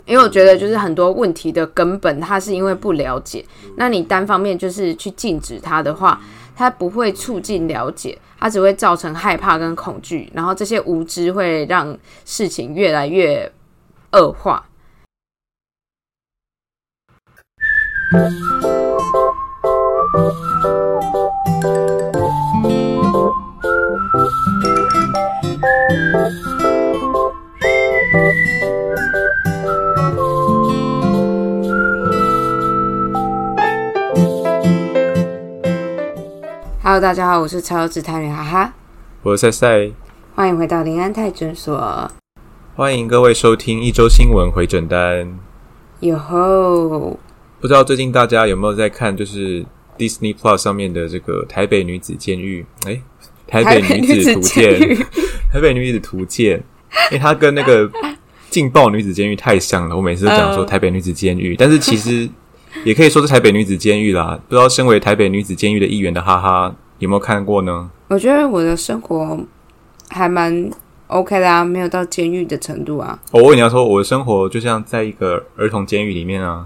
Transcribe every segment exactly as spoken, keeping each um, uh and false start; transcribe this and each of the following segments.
因为我觉得就是很多问题的根本它是因为不了解，那你单方面就是去禁止它的话，它不会促进了解，它只会造成害怕跟恐惧，然后这些无知会让事情越来越恶化。Hello， 大家好，我是超优质探员哈哈， 我是赛赛， 欢迎回到林安泰诊所， 欢迎各位收听一周新闻回诊单。 哟吼！ 不知道最近大家有没有在看，就是 Disney Plus 上面的这个台北女子监狱？哎，台北女子图鉴，台北女子图鉴，因为它跟那个劲爆女子监狱太像了。我每次都讲说台北女子监狱，但是其实也可以说是台北女子监狱啦。不知道身为台北女子监狱的一员的哈哈有没有看过呢？ 我觉得我的生活还蛮 OK 的啊，没有到监狱的程度啊。 我问你要说，我的生活就像在一个儿童监狱里面啊。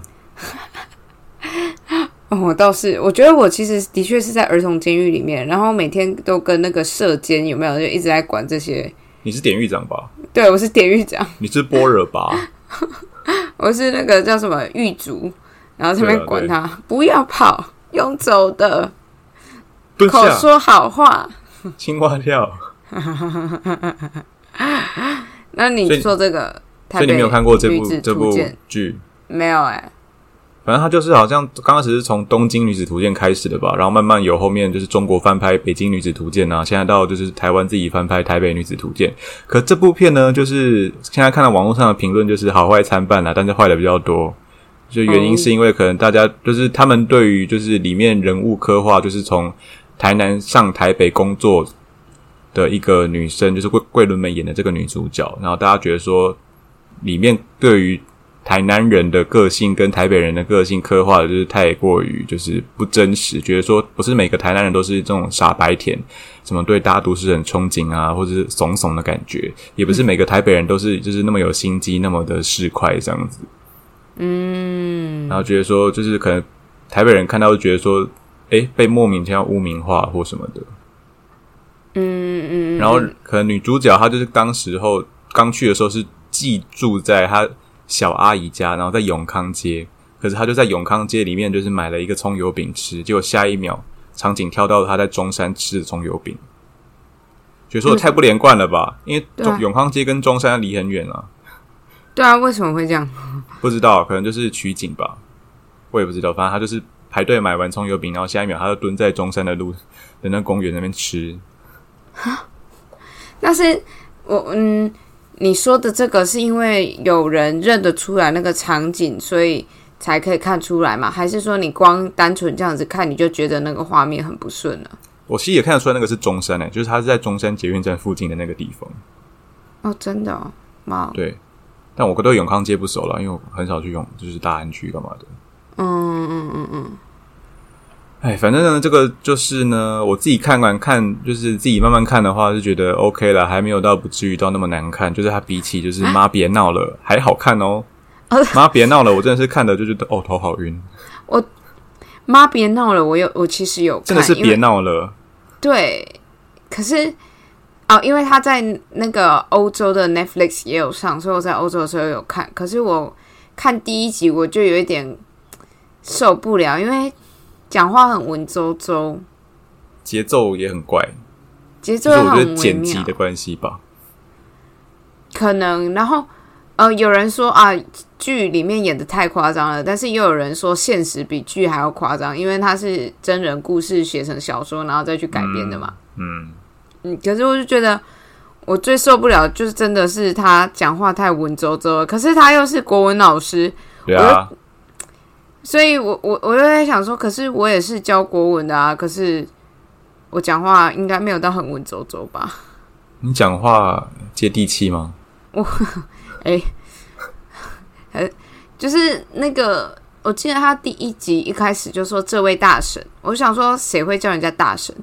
哦，我倒是，我觉得我其实的确是在儿童监狱里面，然后每天都跟那个舍监有没有就一直在管这些。 你是典狱长吧？ 对，我是典狱长。 你是般若吧？ 我是那个叫什么狱卒，然后这边管他，不要跑，用走的，口说好话， 青蛙跳。 那你说这个台北， 所以你没有看过这部这部剧？ 没有哎、欸。 反正它就是好像刚开始是从东京女子图鉴开始的吧，然后慢慢有后面就是中国翻拍北京女子图鉴啊，现在到就是台湾自己翻拍台北女子图鉴。可这部片呢，就是现在看到网络上的评论就是好坏参半啦，但是坏的比较多。就原因是因为可能大家就是他们对于就是里面人物刻画，就是从台南上台北工作的一个女生，就是桂桂纶镁演的这个女主角，然后大家觉得说里面对于台南人的个性跟台北人的个性刻画的就是太过于就是不真实，觉得说不是每个台南人都是这种傻白甜，什么对大都市很憧憬啊，或者是怂怂的感觉，也不是每个台北人都是就是那么有心机，那么的市侩这样子。嗯，然后觉得说就是可能台北人看到就觉得说诶被莫名其妙污名化或什么的。嗯嗯，然后可能女主角她就是当时候刚去的时候是寄住在她小阿姨家，然后在永康街，可是她就在永康街里面就是买了一个葱油饼吃，结果下一秒场景跳到她在中山吃的葱油饼，觉得说太不连贯了吧、嗯、因为永康街跟中山离很远啊。 对啊，为什么会这样？ 不知道，可能就是取景吧，我也不知道，反正她就是排队买完葱油饼，然后下一秒她就蹲在中山的路的那公园那边吃。 但是我嗯你说的这个是因为有人认得出来那个场景，所以才可以看出来吗？还是说你光单纯这样子看，你就觉得那个画面很不顺了？ 我其实也看得出来那个是中山诶、欸，就是它是在中山捷运站附近的那个地方。 哦，真的哦，哇！ 对，但我对永康街不熟了，因为我很少去用，就是大安区干嘛的。 嗯嗯嗯嗯。 哎，反正呢，这个就是呢，我自己看完看，就是自己慢慢看的话，是觉得 OK 啦，还没有到不至于到那么难看。就是它比起就是妈别闹了，还好看哦。妈别闹了，我真的是看的就觉得哦头好晕。 我妈别闹了，我有我其实有看， 真的是别闹了。 对，可是哦，因为他在那个欧洲的 Netflix 也有上，所以我在欧洲的时候有看。可是我看第一集我就有一点受不了，因为讲话很文绉绉， 节奏也很怪， 节奏也很微妙， 就是我觉得剪辑的关系吧， 可能。然后呃，有人说啊，剧里面演的太夸张了，但是又有人说现实比剧还要夸张，因为它是真人故事写成小说，然后再去改编的嘛。嗯嗯，可是我就觉得我最受不了，就是真的是他讲话太文绉绉了，可是他又是国文老师， 对啊。 所以我我我就在想说，可是我也是教国文的啊，可是我讲话应该没有到很文绉绉吧？ 你讲话接地气吗？ 我哎、欸，就是那个，我记得他第一集一开始就说这位大神，我想说谁会叫人家大神？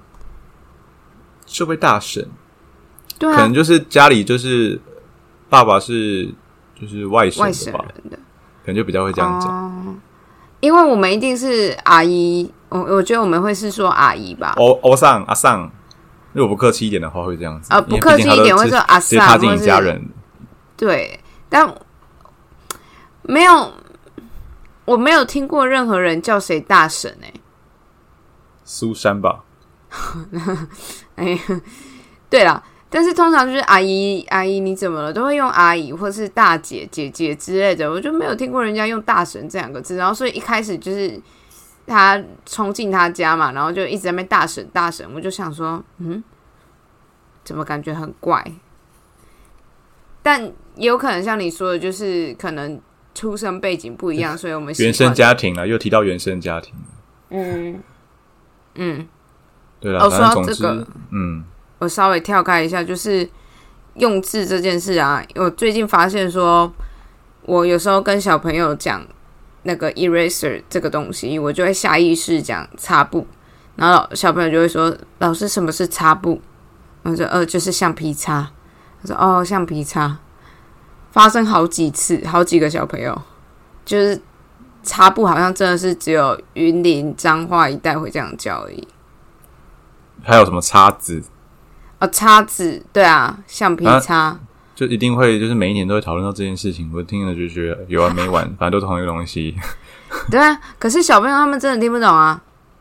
这位大神， 对啊， 可能就是家里就是爸爸是就就是外省外省的吧， 人的， 可能就比较会这样讲。 哦，因为我们一定是阿姨，我我觉得我们会是说阿姨吧。 欧欧上阿上，如果不客气一点的话会这样子。 啊，不客气一点会说阿上， 直接踏进你家人。 对，但没有，我没有听过任何人叫谁大婶哎、欸。 苏珊吧。 哎，对啦，但是通常就是阿姨阿姨你怎么了，都会用阿姨或是大姐姐姐之类的，我就没有听过人家用大婶这两个字。然后所以一开始就是他冲进他家嘛，然后就一直在那边大婶大婶，我就想说，嗯，怎么感觉很怪？但也有可能像你说的，就是可能出生背景不一样，所以我们原生家庭啊，又提到原生家庭， 嗯嗯。 对啦， 哦，说到总之， 这个， 嗯， 我稍微跳开一下，就是用字这件事啊，我最近发现说，我有时候跟小朋友讲那个 eraser 这个东西，我就会下意识讲擦布，然后小朋友就会说：“老师，什么是擦布？”我说：“呃，就是橡皮擦。”他说：“哦，橡皮擦。”发生好几次，好几个小朋友，就是擦布好像真的是只有云林彰化一带会这样叫而已。 还有什么叉子？ 哦，叉子，对啊，橡皮擦、啊， 就一定会，就是每一年都会讨论到这件事情。我听了就觉得有完没完，反正都是同一个东西。 对啊，可是小朋友他们真的听不懂啊。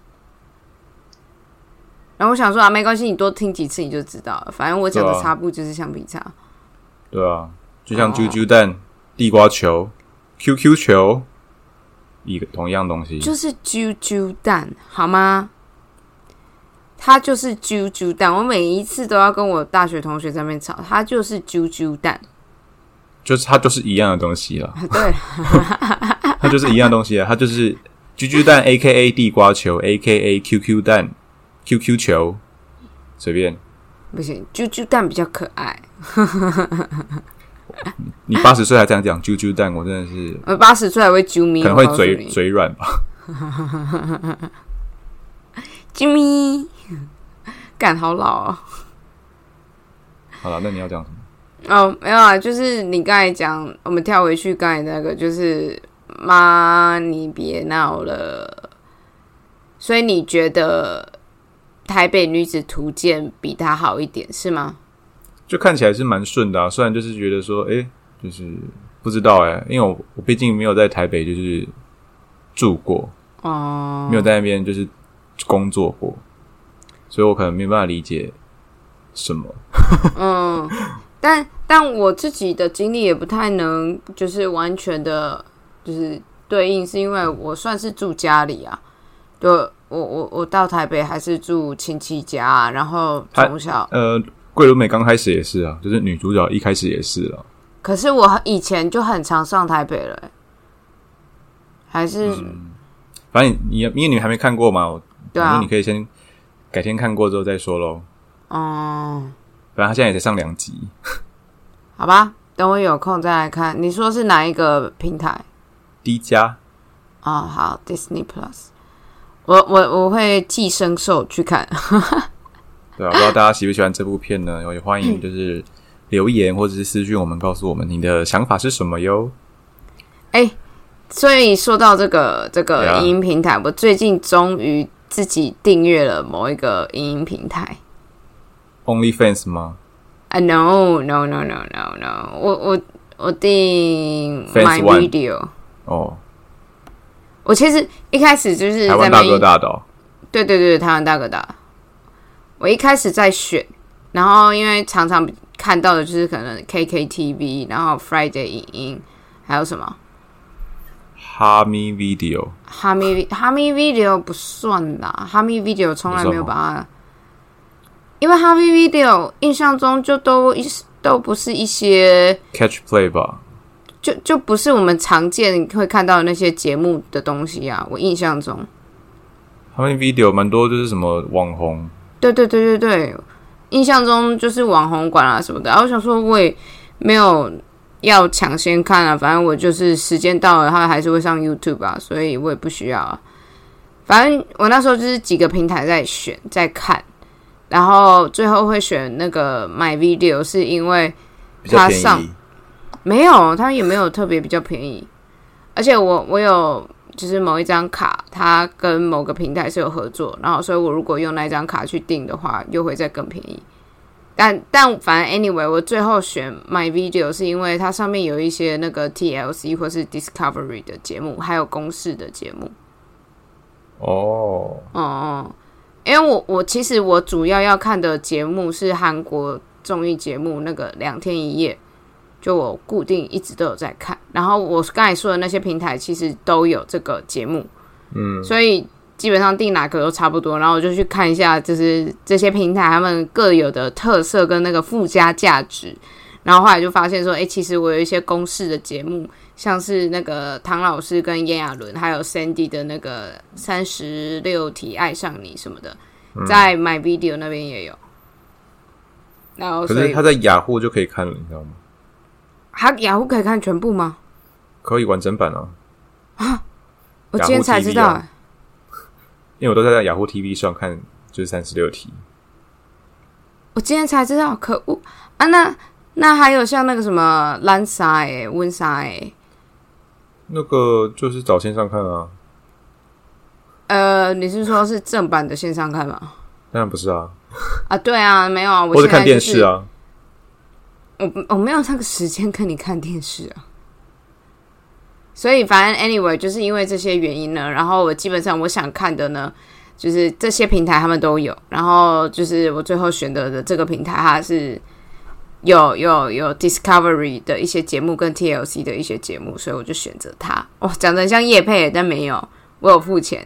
然后我想说啊，没关系，你多听几次你就知道了。反正我讲的擦布就是橡皮擦。 对啊，就像啾啾蛋、地瓜球、Q Q 球，一个同样东西， 就是啾啾蛋，好吗？它就是啾啾蛋，我每一次都要跟我大学同学在那边吵，它就是啾啾蛋， 就是它就是一样的东西了。 对， 它就是一样的东西啊，它就是啾啾蛋 A K A 地瓜球 A K A Q Q 蛋 Q Q 球，随便。 不行，啾啾蛋比较可爱。 你八十岁还这样讲啾啾蛋，我真的是， 我八十岁还会啾咪， 可能会嘴嘴软吧。 啾咪。干好老哦！ 好了，那你要讲什么？ 哦，没有啊，就是你刚才讲，我们跳回去刚才那个，就是妈，你别闹了。所以你觉得台北女子图鉴比它好一点是吗？ 就看起来是蛮顺的啊，虽然就是觉得说，哎、欸，就是不知道哎、欸，因为我我毕竟没有在台北就是住过，哦，没有在那边就是工作过。所以我可能没办法理解什么。 嗯，但但我自己的经历也不太能就是完全的，就是对应，是因为我算是住家里啊，就我我我到台北还是住亲戚家、啊，然后从小呃，桂纶镁刚开始也是啊，就是女主角一开始也是啊。 可是我以前就很常上台北了、欸，还是、 嗯、反正你因为你还没看过嘛， 对啊， 你可以先。改天看过之后再说咯。 哦、嗯， 反正他现在也才上两集。 好吧，等我有空再来看。你说是哪一个平台 ？D 加。 哦，好 ，Disney Plus。我我我会寄生兽去看。 对啊，不知道大家喜不喜欢这部片呢？也欢迎就是留言或者是私讯我们，告诉我们你的想法是什么哟。 哎、欸，所以说到这个这个影音平台， yeah. 我最近终于。自己订阅了某一个影音平台 ，OnlyFans 吗？ 啊、uh, ，No No No No No No， 我我我订 My Video 哦。 我其实一开始就是在台湾大哥大的、哦， 对对对，台湾大哥大。我一开始在选，然后因为常常看到的就是可能 K K T V， 然后 Friday 影音，还有什么？ 哈咪 Video， 哈咪哈咪 Video 不算啦，哈咪 Video 从来没有把它，因为哈咪 Video 印象中就都都不是一些 Catch Play 吧， 就就不是我们常见会看到的那些节目的东西啊。我印象中， 哈咪 Video 蛮多就是什么网红， 对对对对对，印象中就是网红馆啊什么的。然后我想说，我也没有。要抢先看啊，反正我就是时间到了，它还是会上 YouTube 啊，所以我也不需要啊。反正我那时候就是几个平台在选，在看，然后最后会选那个 My Video， 是因为它上没有，它也没有特别比较便宜。而且我我有就是某一张卡，它跟某个平台是有合作，然后所以我如果用那张卡去订的话，又会再更便宜。但但反正 anyway， 我最后选 MyVideo 是因为它上面有一些那个 T L C 或是 Discovery 的节目，还有公视的节目。 哦， 哦哦，因为我我其实我主要要看的节目是韩国综艺节目那个两天一夜。就我固定一直都有在看，然后我刚才说的那些平台其实都有这个节目，嗯，所以基本上订哪个都差不多，然后我就去看一下，就是这些平台他们各有的特色跟那个附加价值，然后后来就发现说，哎，其实我有一些公视的节目，像是那个唐老师跟炎亚纶，还有 Sandy 的那个三十六题爱上你什么的，在 MyVideo 那边也有。然后可是他在雅虎就可以看了，你知道吗？ 他雅虎可以看全部吗？ 可以完整版啊！ 啊，我今天才知道、欸啊， 因为我都在雅虎 T V 上看，就是三十六题。 我今天才知道，可恶啊！那那还有像那个什么蓝沙诶、温莎诶， 那个就是找线上看啊。 呃，你是说是正版的线上看吗？ 当然不是啊。 啊，对啊，没有啊，我或者看电视啊。 我我没有那个时间跟你看电视啊，所以反正 anyway 就是因为这些原因呢，然后我基本上我想看的呢，就是这些平台他们都有，然后就是我最后选择的这个平台，它是有有有 Discovery 的一些节目跟 T L C 的一些节目，所以我就选择它。哦，讲得很像业配，但没有，我有付钱。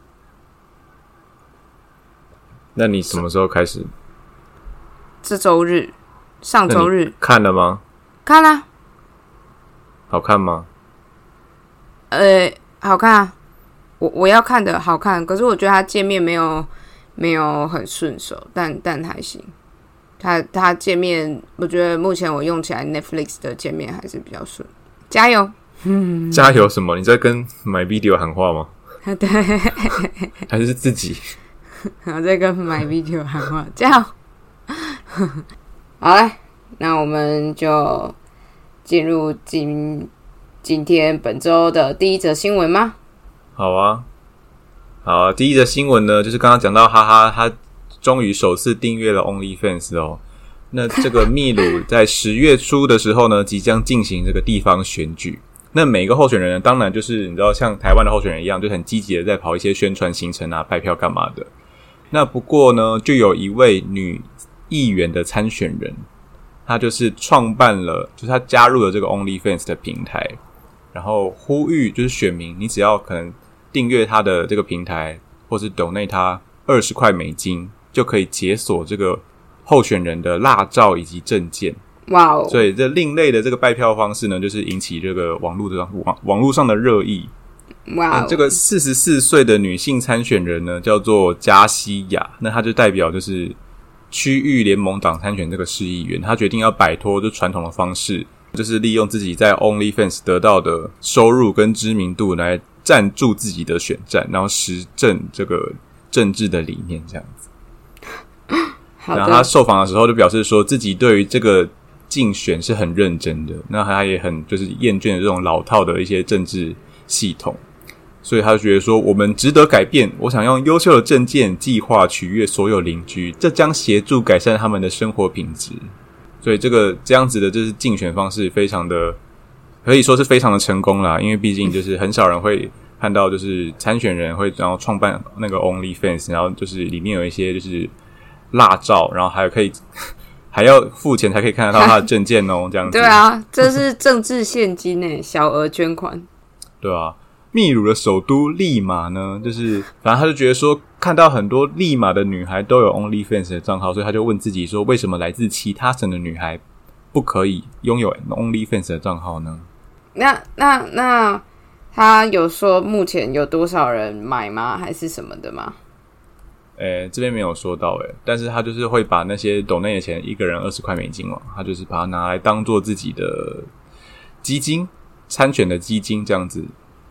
那你什么时候开始？ 这周日。上周日看了吗？ 看啦、啊， 好看吗？ 呃，好看啊，我我要看的好看，可是我觉得它界面没有没有很顺手，但但还行。它它界面，我觉得目前我用起来 Netflix 的界面还是比较顺。加油！ 加油什么？你在跟 MyVideo 喊话吗？ 对， 还是自己？ 我在跟 MyVideo 喊话，加油！好嘞，那我们就进入今今天本周的第一则新闻吗？ 好啊，好啊，第一则新闻呢，就是刚刚讲到哈哈，他终于首次订阅了 OnlyFans 哦。那这个秘鲁在十月初的时候呢，即将进行这个地方选举。那每一个候选人呢，当然就是你知道，像台湾的候选人一样，就很积极的在跑一些宣传行程啊、拜票干嘛的。那不过呢，就有一位女议员的参选人，他就是创办了，就是他加入了这个 OnlyFans 的平台，然后呼吁就是选民，你只要可能订阅他的这个平台，或是 donate 他二十块美金，就可以解锁这个候选人的辣照以及证件。 哇哦！ 所以这另类的这个拜票方式呢，就是引起这个网络的网网络上的热议。哇、wow 嗯！这个四十四岁的女性参选人呢，叫做加西亚，那她就代表就是区域联盟党参选这个市议员，她决定要摆脱就传统的方式，就是利用自己在 OnlyFans 得到的收入跟知名度来赞助自己的选战，然后实证这个政治的理念这样子。好的。然后她受访的时候就表示说，自己对于这个竞选是很认真的，那她也很就是厌倦了这种老套的一些政治系统。所以他就觉得说，我们值得改变，我想用优秀的政见计划取悦所有邻居，这将协助改善他们的生活品质。所以这个这样子的就是竞选方式非常的可以说是非常的成功啦，因为毕竟就是很少人会看到就是参选人会然后创办那个 OnlyFans， 然后就是里面有一些就是辣照，然后还有可以还要付钱才可以看得到他的证件哦，这样子。 对啊，这是政治现金诶，小额捐款。 对啊。秘鲁的首都利马呢，就是反正他就觉得说，看到很多利马的女孩都有 OnlyFans 的账号，所以他就问自己说，为什么来自其他省的女孩不可以拥有 OnlyFans 的账号呢？ 那那那他有说目前有多少人买吗？还是什么的吗？ 诶、欸，这边没有说到诶、欸，但是他就是会把那些抖内的钱，一个人二十块美金嘛，他就是把它拿来当做自己的基金，参选的基金这样子。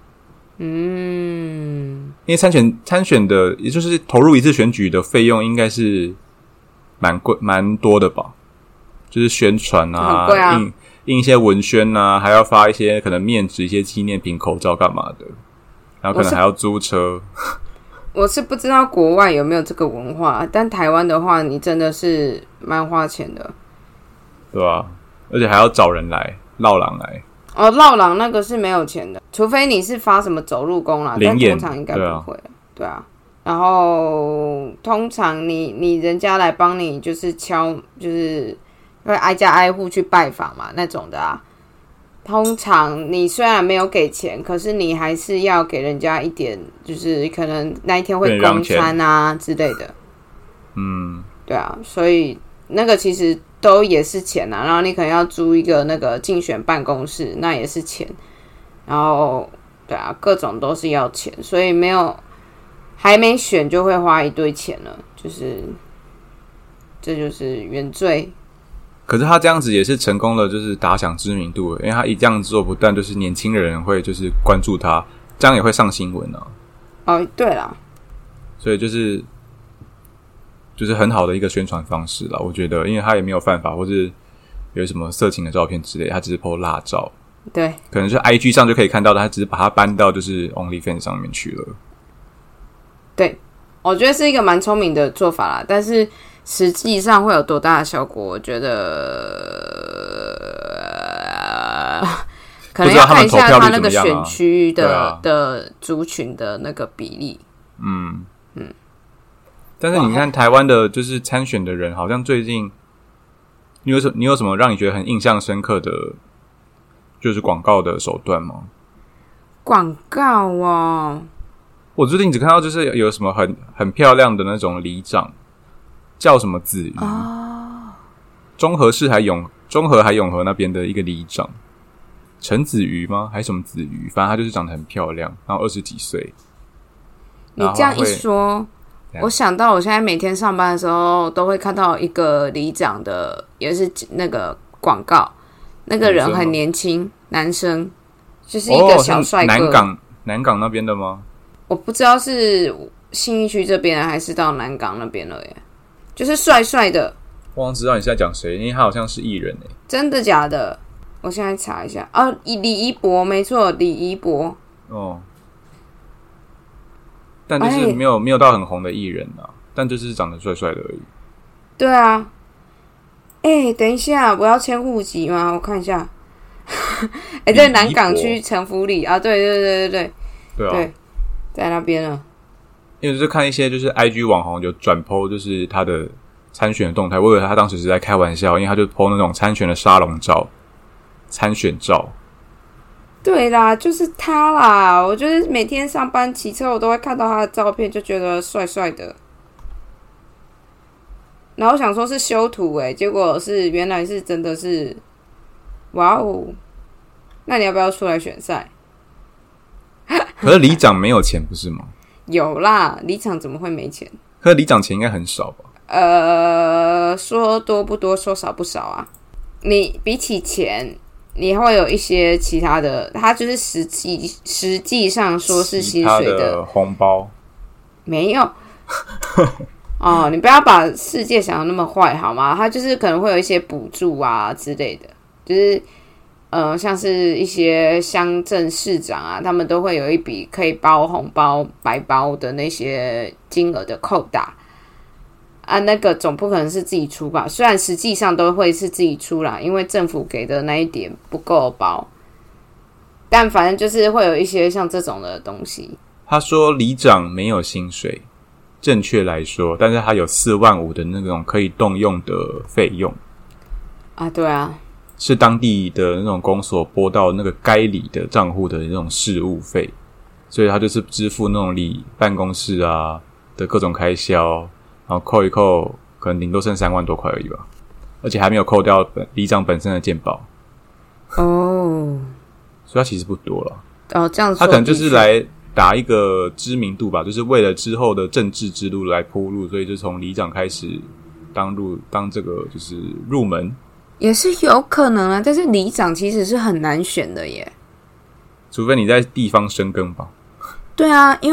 嗯，因为参选参选的，也就是投入一次选举的费用，应该是蛮贵蛮多的吧？就是宣传啊， 很贵啊， 印印一些文宣啊，还要发一些可能面纸、一些纪念品、口罩干嘛的，然后可能还要租车。 我是不知道国外有没有这个文化，但台湾的话，你真的是蛮花钱的， 对吧、啊？而且还要找人来绕狼来。 哦，绕狼那个是没有钱的，除非你是发什么走路工啦，但通常应该不会。对啊，对啊。然后通常你你人家来帮你就是敲，就是会挨家挨户去拜访嘛那种的啊。通常你虽然没有给钱，可是你还是要给人家一点，就是可能那一天会供餐啊之类的。嗯，对啊，所以那个其实都也是钱啊。然后你可能要租一个那个竞选办公室，那也是钱。然后对啊，各种都是要钱，所以没有还没选就会花一堆钱了，就是这就是原罪。 可是他这样子也是成功了，就是打响知名度，因为他一这样做，不但就是年轻人会就是关注他，这样也会上新闻啊。 哦，对啦， 所以就是就是很好的一个宣传方式啦，我觉得，因为他也没有犯法，或是有什么色情的照片之类，他只是 po 辣照， 对， 可能是 I G 上就可以看到的，他只是把它搬到就是 OnlyFans 上面去了。对， 我觉得是一个蛮聪明的做法啦，但是实际上会有多大的效果？我觉得、呃、可能要看一下他那个选区的、啊、的族群的那个比例。 嗯嗯。但是你看台湾的，就是参选的人，好像最近你有什你有什么让你觉得很印象深刻的，就是广告的手段吗？ 广告哦， 我最近只看到就是有什么很很漂亮的那种里长。叫什么子瑜？哦，中和市还永中和还永和那边的一个里长，陈子瑜吗？还是什么子瑜？反正他就是长得很漂亮，然后二十几岁。 你这样一说，我想到我现在每天上班的时候都会看到一个里长的，也是那个广告，那个人很年轻，男生，就是一个小帅哥。哦、 南港南港那边的吗？ 我不知道是信义区这边还是到南港那边了耶。就是帅帅的， 我好像知道你是在讲谁，因为他好像是艺人诶。 真的假的？我现在查一下啊，李一博，没错，李一博。哦， 但就是没有、欸、没有到很红的艺人啊，但就是长得帅帅的而已。 对啊，哎、欸，等一下，我要迁户籍吗？我看一下。哎、欸，在南港区城福里啊，对对对对对， 对啊， 对，在那边了。 因为就是看一些就是 I G 网红有转 po 就是他的参选的动态，我以为他当时是在开玩笑，因为他就 po 那种参选的沙龙照、参选照。 对啦，就是他啦！我就是每天上班骑车，我都会看到他的照片，就觉得帅帅的。然后想说是修图诶、欸，结果是原来是真的是，哇哦！那你要不要出来选赛？ 可是里长没有钱不是吗？ 有啦，里长怎么会没钱？ 可是里长钱应该很少吧？ 呃，说多不多，说少不少啊。你比起钱，你会有一些其他的，它就是实际实际上说是薪水 的, 的红包， 没有。哦，你不要把世界想得那么坏好吗？它就是可能会有一些补助啊之类的，就是呃，像是一些乡镇市长啊，他们都会有一笔可以包红包、白包的那些金额的扣打啊，那个总不可能是自己出吧？虽然实际上都会是自己出啦，因为政府给的那一点不够包，但反正就是会有一些像这种的东西。 他说里长没有薪水，正确来说，但是他有四万五的那种可以动用的费用啊，对啊。 是当地的那种公所拨到那个该里的账户的那种事务费，所以他就是支付那种里办公室啊的各种开销，然后扣一扣，可能顶多剩三万多块而已吧，而且还没有扣掉里长本身的健保。哦，所以他其实不多了。 哦，这样说他可能就是来打一个知名度吧，就是为了之后的政治之路来铺路，所以就从里长开始当入当这个就是入门。 也是有可能啊，但是里长其实是很难选的耶， 除非你在地方深耕吧。 对啊，因为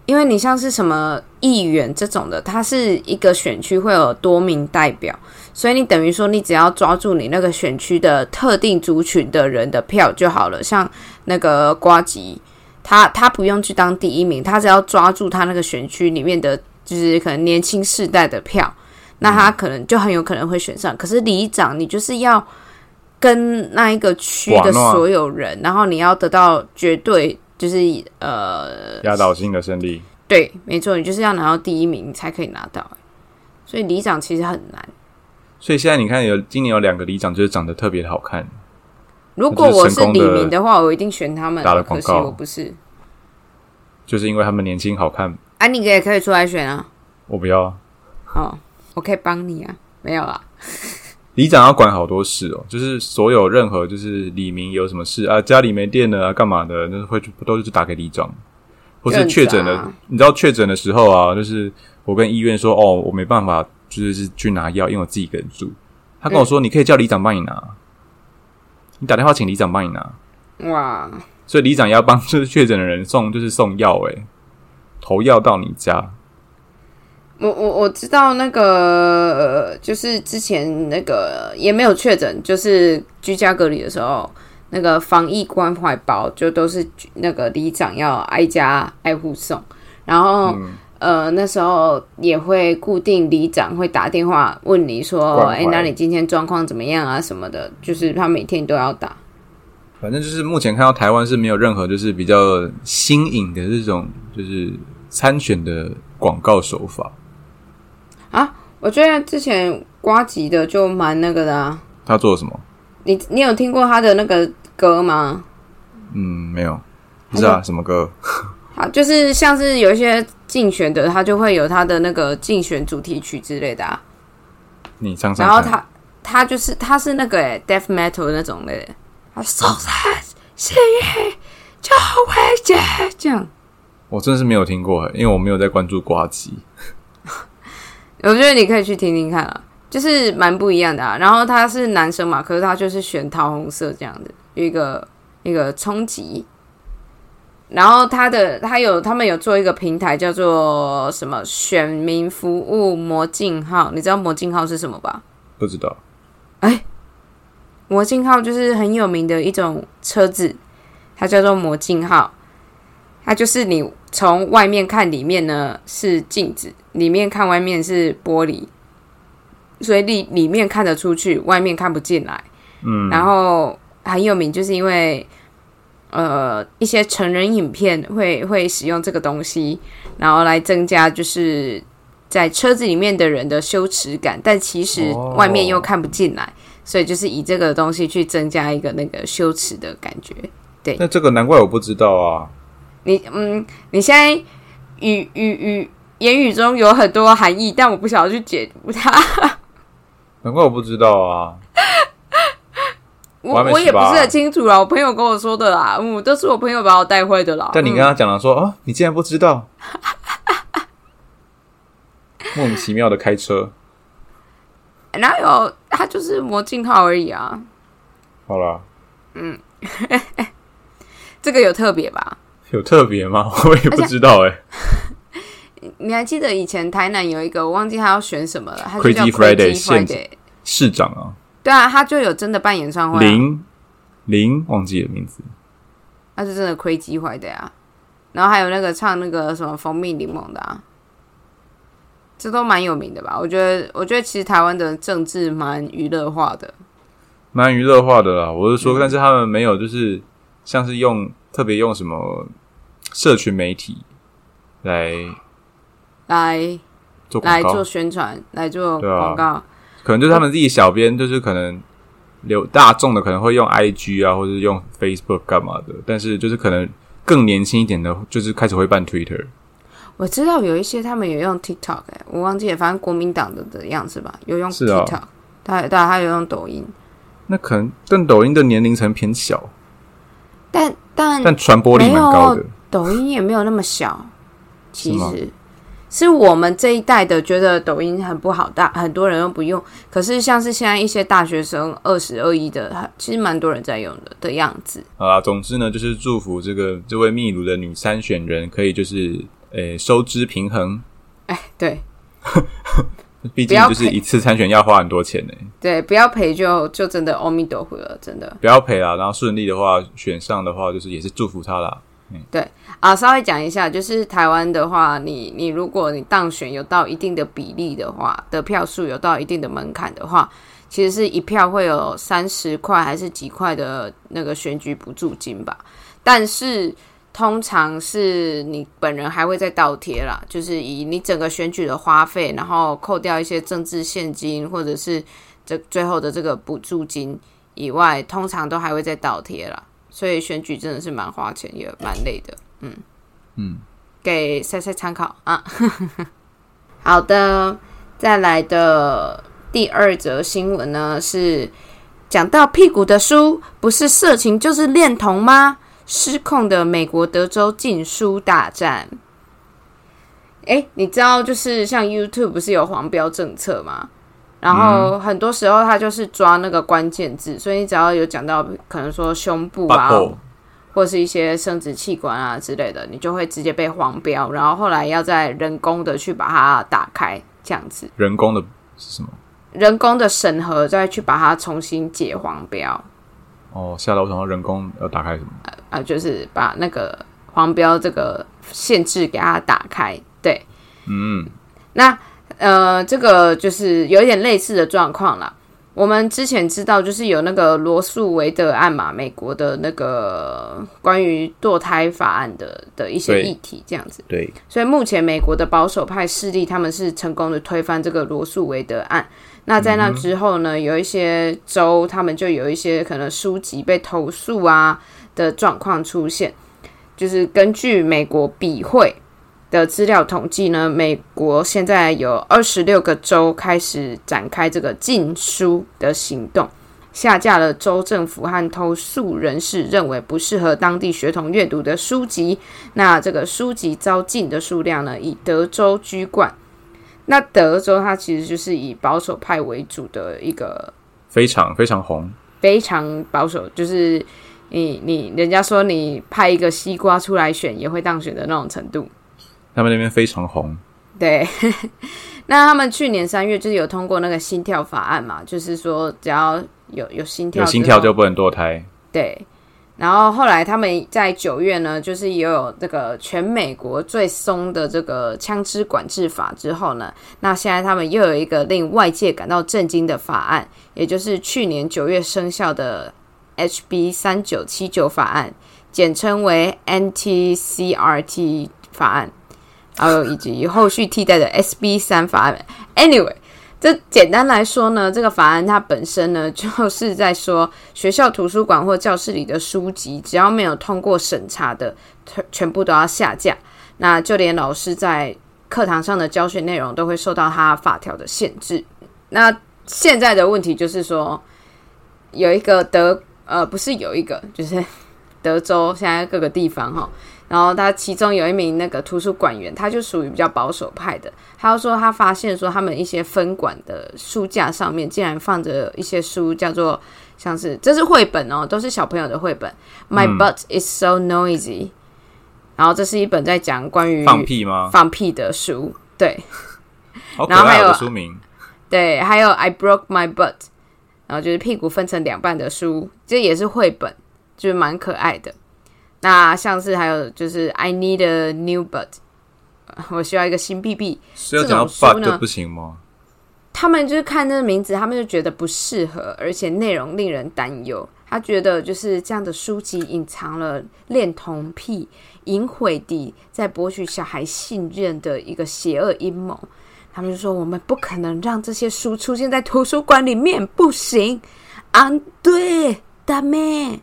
因为你像是什么议员这种的，它是一个选区会有多名代表，所以你等于说你只要抓住你那个选区的特定族群的人的票就好了。像那个呱吉，他他不用去当第一名，他只要抓住他那个选区里面的就是可能年轻世代的票，那他可能就很有可能会选上。可是里长你就是要跟那一个区的所有人，然后你要得到绝对就是呃压倒性的胜利。 对，没错，你就是要拿到第一名才可以拿到，所以里长其实很难。 所以现在你看有今年有两个里长就是长得特别的好看。 如果我是李明的话，我一定选他们。 打了广告， 可惜我不是， 就是因为他们年轻好看。 啊，你也可以出来选啊。 我不要。 哦，我可以帮你啊，没有啦。 里长要管好多事哦，就是所有任何就是里民有什么事啊，家里没电了啊，干嘛的，那会都是打给里长。或是确诊了，你知道确诊的时候啊，就是我跟医院说，哦，我没办法，就是去拿药，因为我自己一个人住。他跟我说，嗯、你可以叫里长帮你拿，你打电话请里长帮你拿。 哇！ 所以里长也要帮就是确诊的人送，就是送药，诶，投药到你家。 我我我知道那个，就是之前那个也没有确诊，就是居家隔离的时候。那个防疫关怀包就都是那个里长要挨家挨户送，然后、嗯、呃那时候也会固定里长会打电话问你说，哎，那你今天状况怎么样啊什么的，就是他每天都要打。 反正就是目前看到台湾是没有任何就是比较新颖的这种就是参选的广告手法啊。我觉得之前呱吉的就蛮那个的啊。 他做了什么？ 你你有听过他的那个歌吗？ 嗯，没有。不是啊，什么歌？ 好，就是像是有一些竞选的，他就会有他的那个竞选主题曲之类的啊。 你唱唱看。 然后他他就是他是那个诶 death metal 的那种的，他手残心意就会结这样。 我真的是没有听过，因为我没有在关注呱吉。 我觉得你可以去听听看啊。就是蛮不一样的啊，然后他是男生嘛，可是他就是选桃红色这样子，有一个一个冲击。然后他的他有他们有做一个平台叫做什么选民服务魔镜号，你知道魔镜号是什么吧？ 不知道。 哎，魔镜号就是很有名的一种车子，它叫做魔镜号。它就是你从外面看里面呢是镜子，里面看外面是玻璃。所以里里面看得出去，外面看不进来。嗯，然后很有名，就是因为呃一些成人影片会会使用这个东西，然后来增加就是在车子里面的人的羞耻感，但其实外面又看不进来，哦、所以就是以这个东西去增加一个那个羞耻的感觉。对， 那这个难怪我不知道啊。 你嗯，你现在语语语言语中有很多含义，但我不想要去解读它。 难怪我不知道啊！ 我我, 我也不是很清楚啦，我朋友跟我说的啦，嗯，都是我朋友把我带坏的啦。 但你跟他讲了说，嗯、哦，你竟然不知道，莫名其妙的开车， 哪有？他就是魔镜号而已啊。 好啦， 嗯，这个有特别吧？ 有特别吗？我也不知道哎、欸。 你还记得以前台南有一个，我忘记他要选什么了，他就叫 Crazy Friday, Friday 市长啊。 对啊，他就有真的办演唱会、啊。 林林忘记了名字， 他是真的 Crazy Friday 啊。然后还有那个唱那个什么蜂蜜柠檬的啊，这都蛮有名的吧？我觉得，我觉得其实台湾的政治蛮娱乐化的， 蛮娱乐化的啦。我是说、嗯，但是他们没有，就是像是用特别用什么社群媒体来。 来做广告来做宣传，来做广告、啊， 可能就是他们自己小编，就是可能有大众的可能会用 I G 啊，或者是用 Facebook 干嘛的，但是就是可能更年轻一点的，就是开始会办 Twitter。 我知道有一些他们有用 TikTok， 哎、欸，我忘记了，反正国民党的的样子吧，有用 TikTok，他对他有用抖音。 那可能但抖音的年龄层偏小， 但但但传播力蛮高的， 抖音也没有那么小，其实。是我们这一代的觉得抖音很不好，大很多人都不用。可是像是现在一些大学生二十二一的，其实蛮多人在用的的样子。 好啦，总之呢，就是祝福这个这位秘鲁的女参选人可以就是诶收支平衡。 哎，对。 毕竟就是一次参选要花很多钱呢。 对，不要赔就就真的阿弥陀佛了，真的不要赔啦。然后顺利的话，选上的话，就是也是祝福他啦。 嗯、对啊，稍微讲一下，就是台湾的话，你你如果你当选有到一定的比例的话，的票数有到一定的门槛的话，其实是一票会有三十块还是几块的那个选举补助金吧，但是。通常是你本人还会再倒贴啦，就是以你整个选举的花费，然后扣掉一些政治现金或者是这最后的这个补助金以外，通常都还会再倒贴啦。所以选举真的是蛮花钱也蛮累的，嗯嗯，给塞塞参考啊。好的，再来的第二则新闻呢是讲到屁股的书，不是色情就是恋童吗？失控的美国德州禁书大战。哎，你知道就是像 YouTube 不是有黄标政策吗？然后很多时候它就是抓那个关键字，所以你只要有讲到可能说胸部啊，或是一些生殖器官啊之类的，你就会直接被黄标，然后后来要再人工的去把它打开，这样子。 人工的是什么？ 人工的审核，再去把它重新解黄标。 哦，吓到我想到人工要打开什么？ 啊、呃，就是把那个黄标这个限制给它打开。对，嗯，那呃，这个就是有一点类似的状况啦。我们之前知道，就是有那个罗素韦德案嘛，美国的那个关于堕胎法案的的一些议题，这样子。 对， 所以目前美国的保守派势力，他们是成功的推翻这个罗素韦德案。那在那之后呢，有一些州他们就有一些可能书籍被投诉啊的状况出现。就是根据美国笔会的资料统计呢，美国现在有二十六个州开始展开这个禁书的行动，下架了州政府和投诉人士认为不适合当地学童阅读的书籍。那这个书籍遭禁的数量呢，以德州居冠。那德州它其实就是以保守派为主的一个非常非常红， 非常保守，就是你你人家说你派一个西瓜出来选也会当选的那种程度。 他们那边非常红。 对，那他们去年三月就是有通过那个心跳法案嘛，就是说只要有有心跳， 有心跳就不能堕胎。 对。然后后来他们在九月呢，就是也有这个全美国最松的这个枪支管制法之后呢，那现在他们又有一个令外界感到震惊的法案，也就是去年九月生效的 H B 三九七九 法案，简称为 N T C R T 法案，还有以及后续替代的 S B 三 法案。Anyway，这简单来说呢，这个法案它本身呢，就是在说学校图书馆或教室里的书籍，只要没有通过审查的，全部都要下架。那就连老师在课堂上的教学内容都会受到它法条的限制。那现在的问题就是说，有一个德呃，不是有一个，就是德州现在各个地方哈。然后他其中有一名那个图书馆员，他就属于比较保守派的，他就说他发现说他们一些分馆的书架上面竟然放着一些书，叫做像是这是绘本哦，都是小朋友的绘本。My butt is so noisy， 然后这是一本在讲关于放屁吗？ 放屁的书，对。 好可爱的书名。 对，还有 I broke my butt， 然后就是屁股分成两半的书，这也是绘本，就是蛮可爱的。那像是还有就是 I need a new butt， 我需要一个新屁屁， 是要讲到 butt 就不行吗？ 他们就是看这个名字，他们就觉得不适合，而且内容令人担忧。他觉得就是这样的书籍隐藏了恋童癖，淫秽地在博取小孩信任的一个邪恶阴谋。他们就说我们不可能让这些书出现在图书馆里面，不行啊，对，ダメ。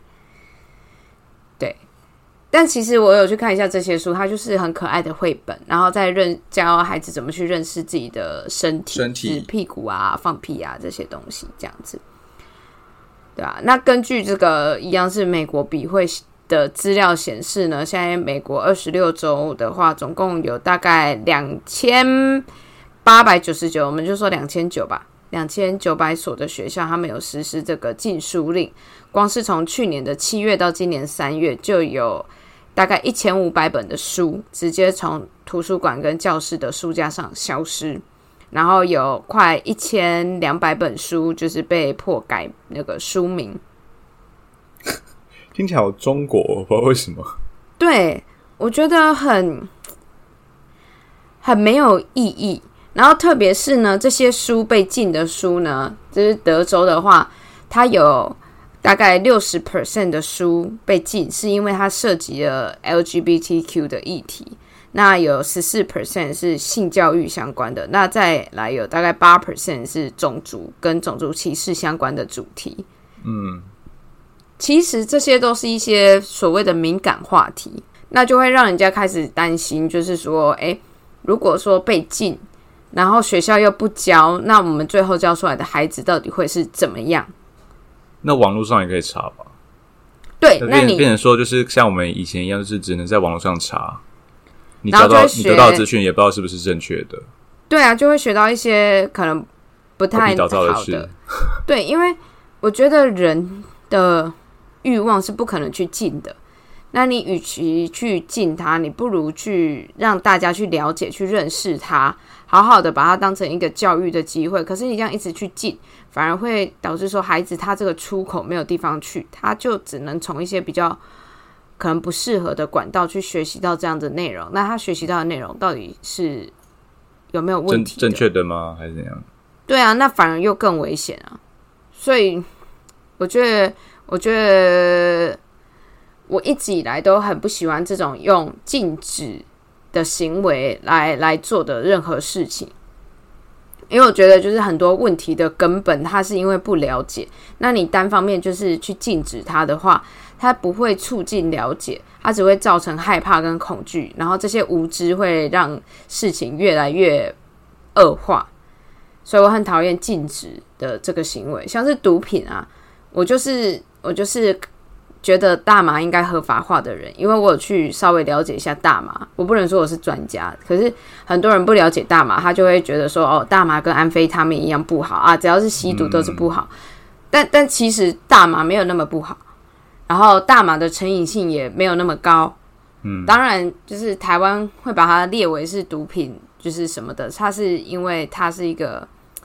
但其实我有去看一下这些书，它就是很可爱的绘本，然后再认教孩子怎么去认识自己的身体， 身体、 屁股啊、放屁啊这些东西，这样子，对啊。那根据这个一样是美国笔会的资料显示呢，现在美国二十六州的话，总共有大概两千八百九十九，我们就说两千九吧。两千九百所的学校他们有实施这个禁书令，光是从去年的七月到今年三月就有大概一千五百本的书直接从图书馆跟教室的书架上消失，然后有快一千两百本书就是被迫改那个书名。 听起来好中国，我不知道为什么。 对，我觉得很很没有意义。然后特别是呢，这些书被禁的书呢，就是德州的话，它有大概 百分之六十 的书被禁，是因为它涉及了 L G B T Q 的议题。那有 百分之十四 是性教育相关的，那再来有大概 百分之八 是种族跟种族歧视相关的主题。 嗯， 其实这些都是一些所谓的敏感话题，那就会让人家开始担心，就是说，诶，如果说被禁，然后学校又不教，那我们最后教出来的孩子到底会是怎么样？ 那网络上也可以查吧？ 对，那你变成说，就是像我们以前一样，就是只能在网络上查，你得到你得到的资讯也不知道是不是正确的。 对啊，就会学到一些可能不太好的。对，因为我觉得人的欲望是不可能去禁的。那你与其去禁它，你不如去让大家去了解、去认识它，好好的把它当成一个教育的机会。可是你这样一直去禁，反而会导致说孩子他这个出口没有地方去，他就只能从一些比较可能不适合的管道去学习到这样的内容。那他学习到的内容到底是有没有问题的？ 正确的吗？还是怎样？ 对啊，那反而又更危险啊！所以我觉得，我觉得。我一直以来都很不喜欢这种用禁止的行为来来做的任何事情，因为我觉得就是很多问题的根本它是因为不了解，那你单方面就是去禁止它的话，它不会促进了解，它只会造成害怕跟恐惧，然后这些无知会让事情越来越恶化，所以我很讨厌禁止的这个行为。像是毒品啊，我就是我就是觉得大麻应该合法化的人，因为我有去稍微了解一下大麻，我不能说我是专家，可是很多人不了解大麻，他就会觉得说，哦，大麻跟安非他命一样不好啊，只要是吸毒都是不好。嗯、但但其实大麻没有那么不好，然后大麻的成瘾性也没有那么高。嗯，当然就是台湾会把它列为是毒品，就是什么的，它是因为它是一个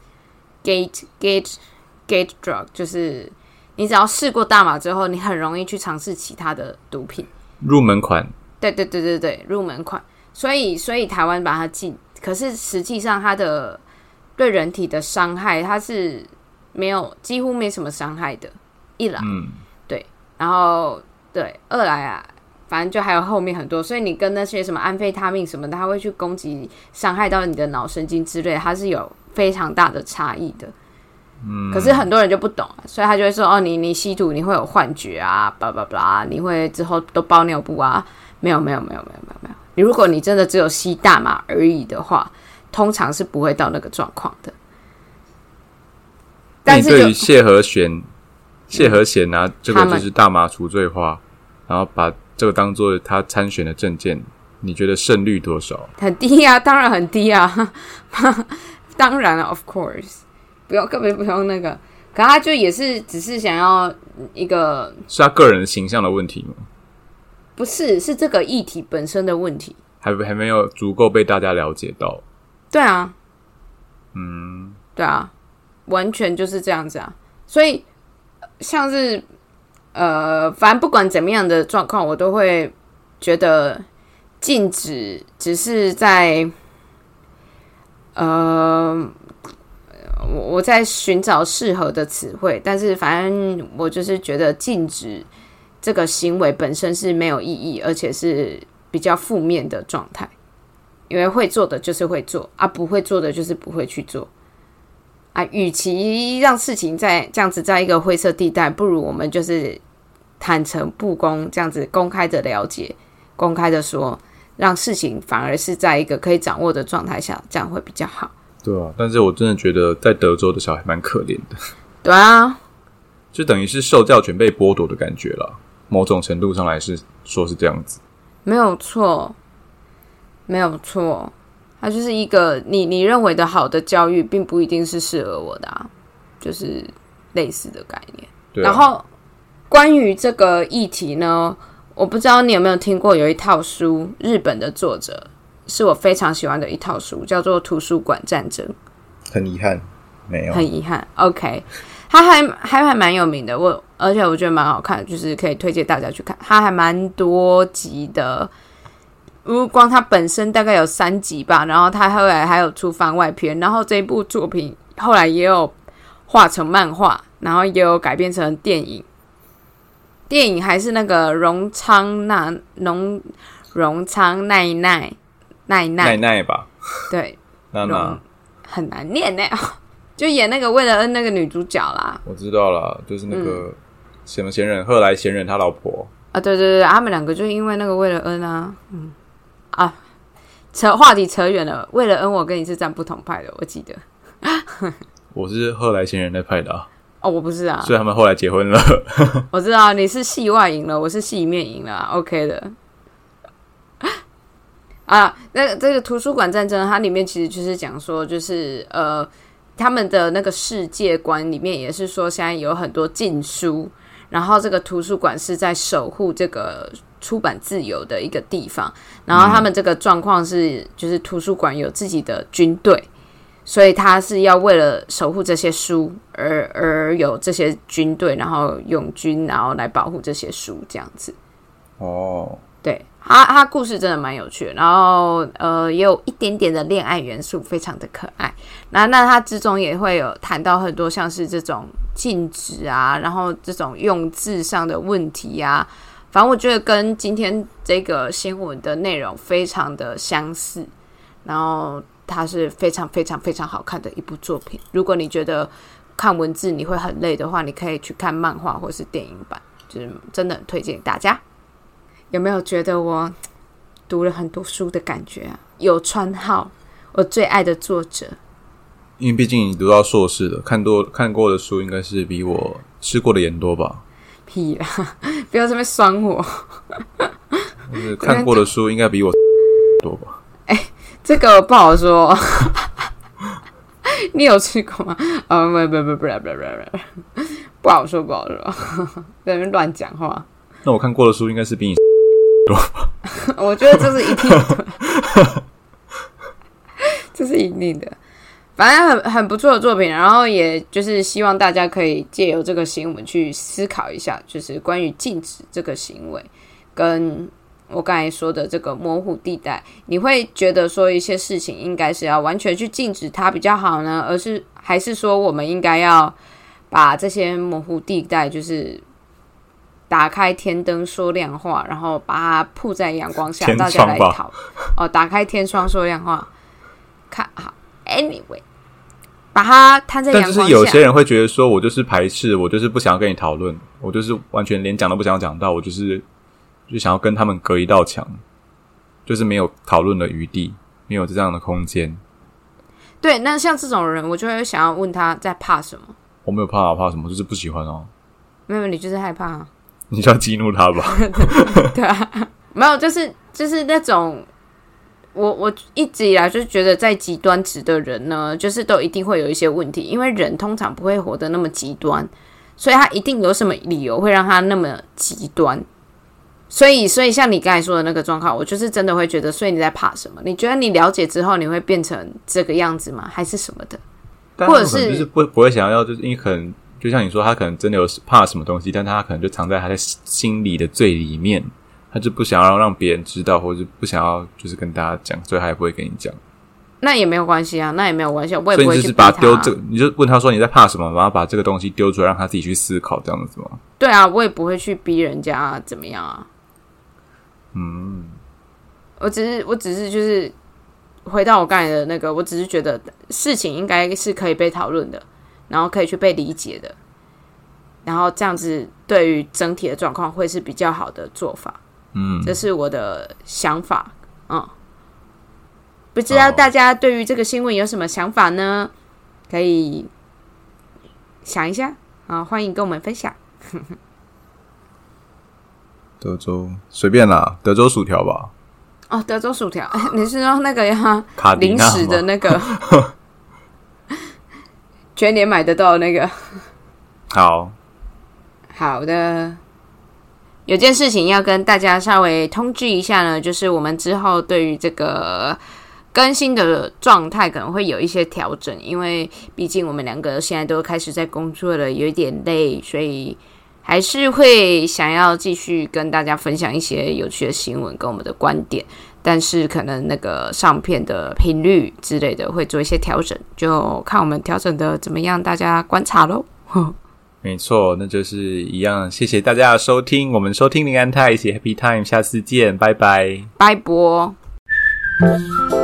gate gate gate drug， 就是你只要试过大麻之后，你很容易去尝试其他的毒品， 入门款。 对对对对对，入门款。所以所以台湾把它禁，可是实际上它的对人体的伤害，它是没有几乎没什么伤害的。一来，嗯，对，然后对，二来啊，反正就还有后面很多，所以你跟那些什么安非他命什么的，它会去攻击、伤害到你的脑神经之类，它是有非常大的差异的。可是很多人就不懂，所以他就会说，哦，你你吸毒你会有幻觉啊，巴拉巴拉，你会之后都包尿布啊？没有没有没有没有没有没有，你如果你真的只有吸大麻而已的话，通常是不会到那个状况的。 但是你对于谢和弦谢和弦拿、啊、这个就是大麻除罪化，然后把这个当作他参选的政见，你觉得胜率多少？ 很低啊，当然很低啊，当然了 ，of course。不用，根本不用那个，可他就也是只是想要一个， 是他个人形象的问题吗？ 不是，是这个议题本身的问题， 还还没有足够被大家了解到。 对啊， 嗯， 对啊，完全就是这样子啊。所以像是呃，反正不管怎么样的状况，我都会觉得禁止只是在呃。我在寻找适合的词汇，但是反正我就是觉得禁止这个行为本身是没有意义，而且是比较负面的状态。因为会做的就是会做啊，不会做的就是不会去做啊。与其让事情在这样子在一个灰色地带，不如我们就是坦诚不公，这样子公开的了解，公开的说，让事情反而是在一个可以掌握的状态下，这样会比较好。 对啊，但是我真的觉得在德州的小孩蛮可怜的。 对啊， 就等于是受教权被剥夺的感觉啦，某种程度上来是说是这样子。 没有错，没有错，它就是一个你你认为的好的教育，并不一定是适合我的啊，就是类似的概念。 对啊， 然后关于这个议题呢， 我不知道你有没有听过，有一套书，日本的作者是我非常喜欢的一套书，叫做《图书馆战争》。 很遗憾，没有。 很遗憾 ，OK， 它还还还蛮有名的，我而且我觉得蛮好看，就是可以推荐大家去看。它还蛮多集的，如光它本身大概有三集吧，然后它后来还有出番外篇，然后这一部作品后来也有画成漫画，然后也有改编成电影。电影还是那个荣昌那荣荣昌奈奈奈奈奈奈吧？ 对， 娜娜很难念呢，就演那个为了恩那个女主角啦。 我知道啦，就是那个什么贤人，贺来贤人他老婆啊，对对对，他们两个就因为那个为了恩啊，嗯啊，扯话题扯远了。为了恩，我跟你是站不同派的，我记得。 我是贺来贤人那派的啊。 哦，我不是啊， 所以他们后来结婚了。 我知道你是戏外赢了，我是戏里面赢了、啊、，OK 的。啊，那个这个图书馆战争，它里面其实就是讲说，就是呃，他们的那个世界观里面也是说，现在有很多禁书，然后这个图书馆是在守护这个出版自由的一个地方，然后他们这个状况是，就是图书馆有自己的军队。所以他是要为了守护这些书而而有这些军队，然后拥军，然后来保护这些书，这样子。 哦， 对，他他故事真的蛮有趣的，然后呃也有一点点的恋爱元素，非常的可爱。那那他之中也会有谈到很多像是这种禁止啊，然后这种用字上的问题啊，反正我觉得跟今天这个新闻的内容非常的相似，然后。它是非常非常非常好看的一部作品。如果你觉得看文字你会很累的话，你可以去看漫画或是电影版，就是真的很推荐大家。有没有觉得我读了很多书的感觉啊？有川浩，我最爱的作者。 因为毕竟你读到硕士了，看多看过的书应该是比我吃过的盐多吧？ 屁啦，不要这么酸我。 就是看过的书应该比我多吧？ 哎、欸。这个不好说，你有吃过吗？啊、不不不不不不，不好说，不好说，在那边乱讲话。 那我看过的书应该是比你多吧？ 我觉得这是一定的，这是一定的。反正很很不错的作品，然后也就是希望大家可以借由这个新闻去思考一下，就是关于禁止这个行为跟。我刚才说的这个模糊地带，你会觉得说一些事情应该是要完全去禁止它比较好呢，而是还是说我们应该要把这些模糊地带就是打开天灯说亮话，然后把它铺在阳光下，大家来讨哦，打开天窗说亮话，看好 ，anyway， 把它摊在阳光下。 但就是有些人会觉得说，我就是排斥，我就是不想要跟你讨论，我就是完全连讲都不想讲到，我就是。就想要跟他们隔一道墙，就是没有讨论的余地，没有这样的空间。 对，那像这种人，我就会想要问他在怕什么。 我没有怕，怕什么？就是不喜欢哦。 没有，你就是害怕、啊。 你就要激怒他吧？ 对啊，没有，就是就是那种，我我一直以来就是觉得，在极端值的人呢，就是都一定会有一些问题，因为人通常不会活得那么极端，所以他一定有什么理由会让他那么极端。所以，所以像你刚才说的那个状况，我就是真的会觉得，所以你在怕什么？你觉得你了解之后，你会变成这个样子吗？还是什么的？或者是就是不不会想要，就是因为可能就像你说，他可能真的有怕什么东西，但他可能就藏在他的心里的最里面，他就不想要让别人知道，或者不想要就是跟大家讲，所以他也不会跟你讲。 那也没有关系啊，那也没有关系，我也不会去逼他。所以你就是把他丢这个，你就问他说你在怕什么，然后把这个东西丢出来，让他自己去思考，这样子吗？ 对啊，我也不会去逼人家怎么样啊。 嗯， 我只是我只是就是回到我刚才的那个，我只是觉得事情应该是可以被讨论的，然后可以去被理解的，然后这样子对于整体的状况会是比较好的做法。 嗯， 这是我的想法。嗯，不知道大家对于这个新闻有什么想法呢？可以想一下啊，欢迎跟我们分享。 德州随便啦，德州薯条吧。 哦，德州薯条，你是说那个呀？ 卡迪娜零食的那个，全年买得到的那个。 好， 好的， 有件事情要跟大家稍微通知一下呢，就是我们之后对于这个更新的状态可能会有一些调整，因为毕竟我们两个现在都开始在工作了，有一点累，所以还是会想要继续跟大家分享一些有趣的新闻跟我们的观点，但是可能那个上片的频率之类的会做一些调整，就看我们调整的怎么样，大家观察咯。 没错，那就是一样，谢谢大家的收听，我们收听林安泰一起 Happy Time， 下次见，拜拜， 拜拜。